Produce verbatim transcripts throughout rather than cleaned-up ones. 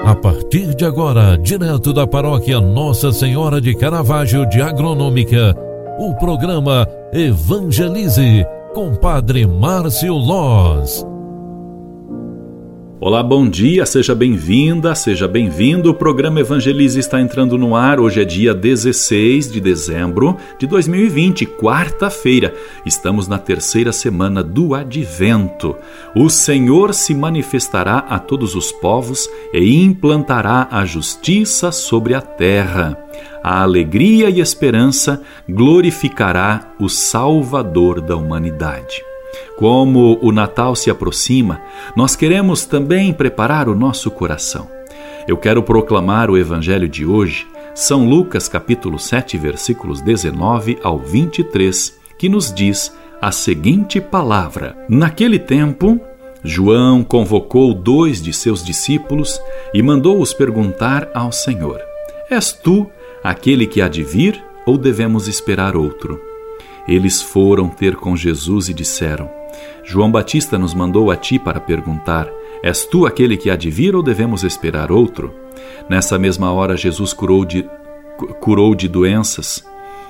A partir de agora, direto da paróquia Nossa Senhora de Caravaggio de Agronômica, o programa Evangelize, com Padre Márcio Loz. Olá, bom dia, seja bem-vinda, seja bem-vindo. O programa Evangelize está entrando no ar. Hoje é dia dezesseis de dezembro de dois mil e vinte, quarta-feira. Estamos na terceira semana do Advento. O Senhor se manifestará a todos os povos e implantará a justiça sobre a terra. A alegria e esperança glorificará o Salvador da humanidade. Como o Natal se aproxima, nós queremos também preparar o nosso coração. Eu quero proclamar o Evangelho de hoje, São Lucas capítulo sete, versículos dezenove ao vinte e três, que nos diz a seguinte palavra: Naquele tempo, João convocou dois de seus discípulos e mandou-os perguntar ao Senhor: És tu aquele que há de vir, ou devemos esperar outro? Eles foram ter com Jesus e disseram: João Batista nos mandou a ti para perguntar: És tu aquele que há de vir, ou devemos esperar outro? Nessa mesma hora Jesus curou de, curou de doenças,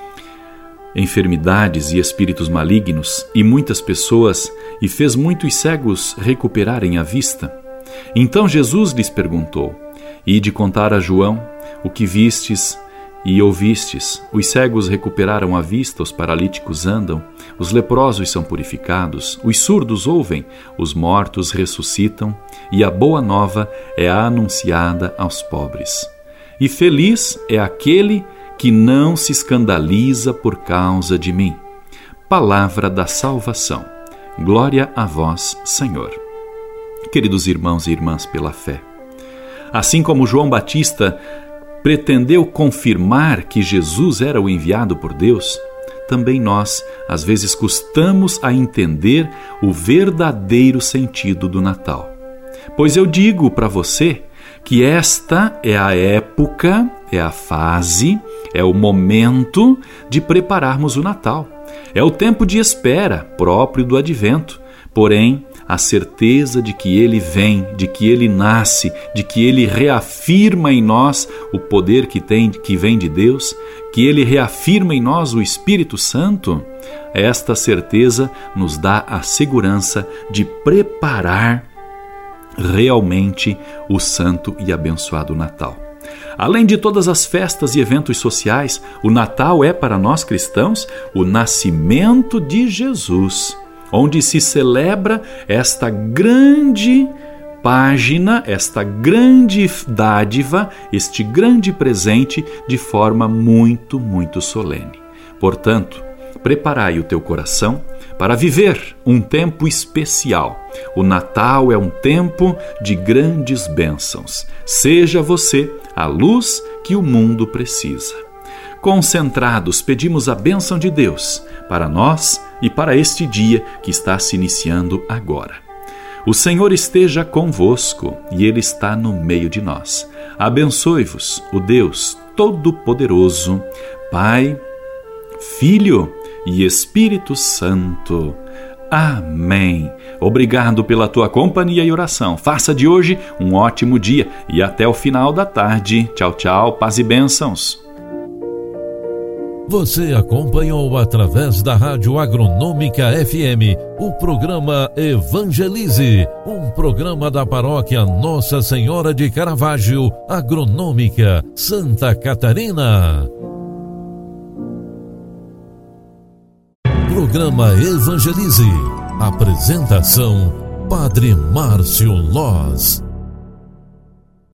enfermidades e espíritos malignos, e muitas pessoas, e fez muitos cegos recuperarem a vista. Então Jesus lhes perguntou: Ide contar a João o que vistes e ouvistes: os cegos recuperaram a vista, os paralíticos andam, os leprosos são purificados, os surdos ouvem, os mortos ressuscitam, e a boa nova é anunciada aos pobres. E feliz é aquele que não se escandaliza por causa de mim. Palavra da salvação. Glória a vós, Senhor. Queridos irmãos e irmãs pela fé, assim como João Batista pretendeu confirmar que Jesus era o enviado por Deus, também nós, às vezes, custamos a entender o verdadeiro sentido do Natal. Pois eu digo para você que esta é a época, é a fase, é o momento de prepararmos o Natal. É o tempo de espera próprio do Advento, porém, a certeza de que Ele vem, de que Ele nasce, de que Ele reafirma em nós o poder que tem, que vem de Deus, que Ele reafirma em nós o Espírito Santo, esta certeza nos dá a segurança de preparar realmente o santo e abençoado Natal. Além de todas as festas e eventos sociais, o Natal é para nós cristãos o nascimento de Jesus, onde se celebra esta grande página, esta grande dádiva, este grande presente de forma muito, muito solene. Portanto, preparai o teu coração para viver um tempo especial. O Natal é um tempo de grandes bênçãos. Seja você a luz que o mundo precisa. Concentrados, pedimos a bênção de Deus para nós e para este dia que está se iniciando agora. O Senhor esteja convosco e Ele está no meio de nós. Abençoe-vos o Deus Todo-Poderoso, Pai, Filho e Espírito Santo. Amém. Obrigado pela tua companhia e oração. Faça de hoje um ótimo dia e até o final da tarde. Tchau, tchau, paz e bênçãos. Você acompanhou através da Rádio Agronômica F M o programa Evangelize, um programa da paróquia Nossa Senhora de Caravaggio, Agronômica, Santa Catarina. Programa Evangelize. Apresentação: Padre Márcio Loz.